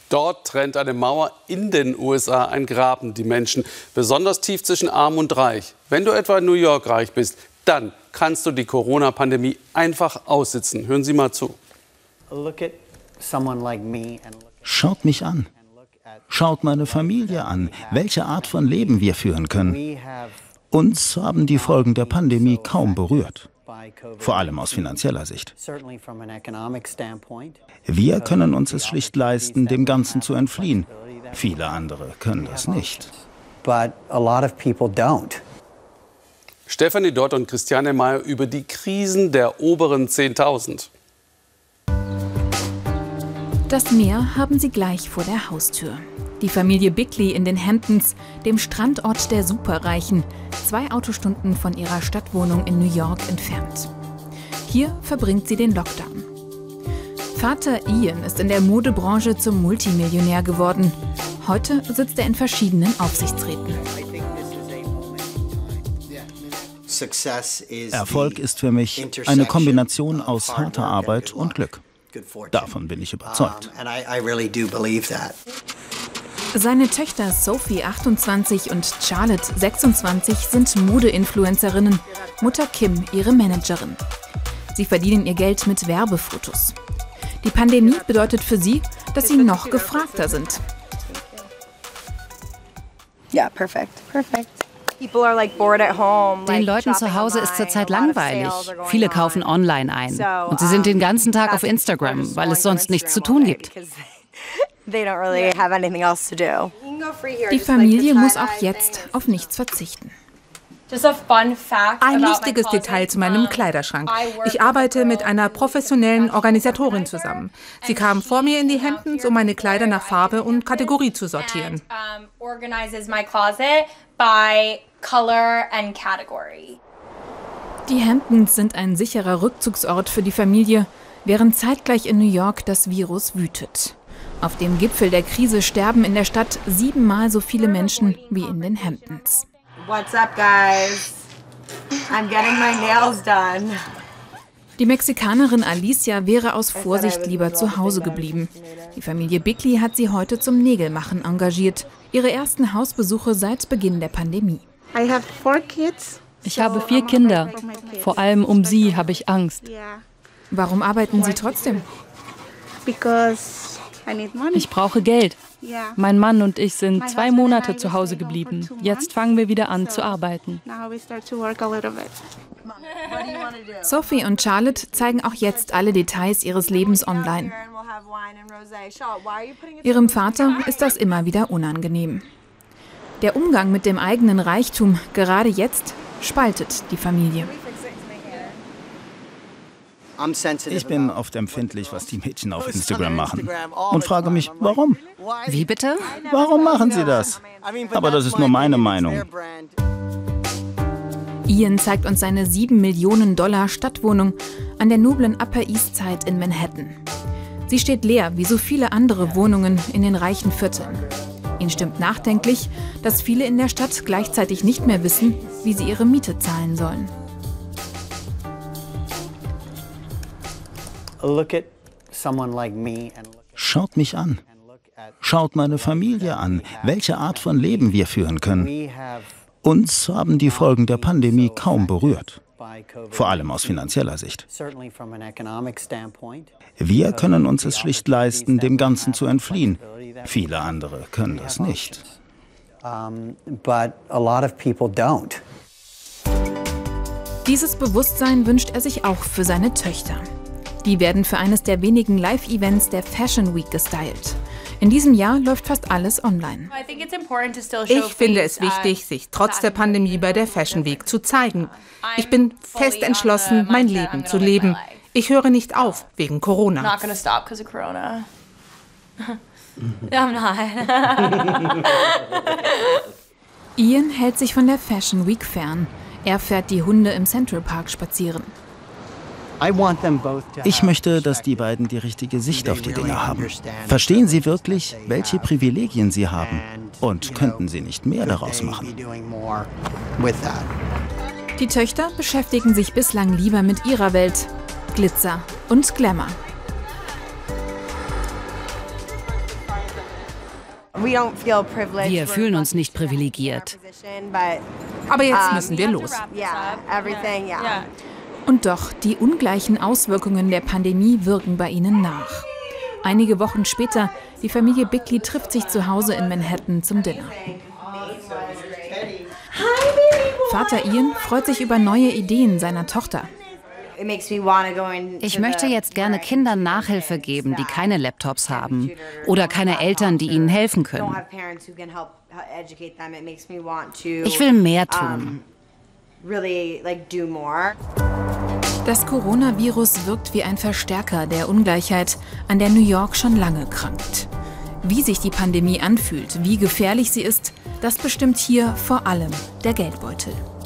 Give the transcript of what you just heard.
Dort trennt eine Mauer in den USA ein Graben die Menschen, besonders tief zwischen Arm und Reich. Wenn du etwa in New York reich bist, dann kannst du die Corona-Pandemie einfach aussitzen. Hören Sie mal zu. Schaut mich an. Schaut meine Familie an, welche Art von Leben wir führen können. Uns haben die Folgen der Pandemie kaum berührt. Vor allem aus finanzieller Sicht. Wir können uns es schlicht leisten, dem Ganzen zu entfliehen. Viele andere können das nicht. Stefanie Dott und Christiane Mayer über die Krisen der oberen 10.000. Das Meer haben sie gleich vor der Haustür. Die Familie Bickley in den Hamptons, dem Strandort der Superreichen, 2 Autostunden von ihrer Stadtwohnung in New York entfernt. Hier verbringt sie den Lockdown. Vater Ian ist in der Modebranche zum Multimillionär geworden. Heute sitzt er in verschiedenen Aufsichtsräten. Erfolg ist für mich eine Kombination aus harter Arbeit und Glück. Davon bin ich überzeugt. Seine Töchter Sophie, 28, und Charlotte, 26, sind Modeinfluencerinnen. Mutter Kim, ihre Managerin. Sie verdienen ihr Geld mit Werbefotos. Die Pandemie bedeutet für sie, dass sie noch gefragter sind. Ja, perfekt. Den Leuten zu Hause ist zurzeit langweilig. Viele kaufen online ein. Und sie sind den ganzen Tag auf Instagram, weil es sonst nichts zu tun gibt. Die Familie muss auch jetzt auf nichts verzichten. Ein lustiges Detail zu meinem Kleiderschrank. Ich arbeite mit einer professionellen Organisatorin zusammen. Sie kam vor mir in die Hamptons, um meine Kleider nach Farbe und Kategorie zu sortieren. Die Hamptons sind ein sicherer Rückzugsort für die Familie, während zeitgleich in New York das Virus wütet. Auf dem Gipfel der Krise sterben in der Stadt 7-mal so viele Menschen wie in den Hamptons. What's up, guys? I'm getting my nails done. Die Mexikanerin Alicia wäre aus Vorsicht lieber zu Hause geblieben. Die Familie Bickley hat sie heute zum Nägelmachen engagiert. Ihre ersten Hausbesuche seit Beginn der Pandemie. Ich habe 4 Kinder. Vor allem um sie habe ich Angst. Warum arbeiten Sie trotzdem? Ich brauche Geld. Mein Mann und ich sind 2 Monate zu Hause geblieben. Jetzt fangen wir wieder an zu arbeiten. Sophie und Charlotte zeigen auch jetzt alle Details ihres Lebens online. Ihrem Vater ist das immer wieder unangenehm. Der Umgang mit dem eigenen Reichtum, gerade jetzt, spaltet die Familie. Ich bin oft empfindlich, was die Mädchen auf Instagram machen. Und frage mich, warum? Wie bitte? Warum machen sie das? Aber das ist nur meine Meinung. Ian zeigt uns seine $7 Millionen Stadtwohnung an der noblen Upper East Side in Manhattan. Sie steht leer, wie so viele andere Wohnungen in den reichen Vierteln. Ihn stimmt nachdenklich, dass viele in der Stadt gleichzeitig nicht mehr wissen, wie sie ihre Miete zahlen sollen. Schaut mich an. Schaut meine Familie an, welche Art von Leben wir führen können. Uns haben die Folgen der Pandemie kaum berührt. Vor allem aus finanzieller Sicht. Wir können uns es schlicht leisten, dem Ganzen zu entfliehen. Viele andere können das nicht. Dieses Bewusstsein wünscht er sich auch für seine Töchter. Die werden für eines der wenigen Live-Events der Fashion Week gestylt. In diesem Jahr läuft fast alles online. Ich finde es wichtig, sich trotz der Pandemie bei der Fashion Week zu zeigen. Ich bin fest entschlossen, mein Leben zu leben. Ich höre nicht auf wegen Corona. Ian hält sich von der Fashion Week fern. Er fährt die Hunde im Central Park spazieren. Ich möchte, dass die beiden die richtige Sicht auf die Dinge haben. Verstehen sie wirklich, welche Privilegien sie haben? Und könnten sie nicht mehr daraus machen? Die Töchter beschäftigen sich bislang lieber mit ihrer Welt. Glitzer und Glamour. Wir fühlen uns nicht privilegiert. Aber jetzt müssen wir los. Und doch, die ungleichen Auswirkungen der Pandemie wirken bei ihnen nach. Einige Wochen später, die Familie Bickley trifft sich zu Hause in Manhattan zum Dinner. Vater Ian freut sich über neue Ideen seiner Tochter. Ich möchte jetzt gerne Kindern Nachhilfe geben, die keine Laptops haben oder keine Eltern, die ihnen helfen können. Ich will mehr tun. Das Coronavirus wirkt wie ein Verstärker der Ungleichheit, an der New York schon lange krankt. Wie sich die Pandemie anfühlt, wie gefährlich sie ist, das bestimmt hier vor allem der Geldbeutel.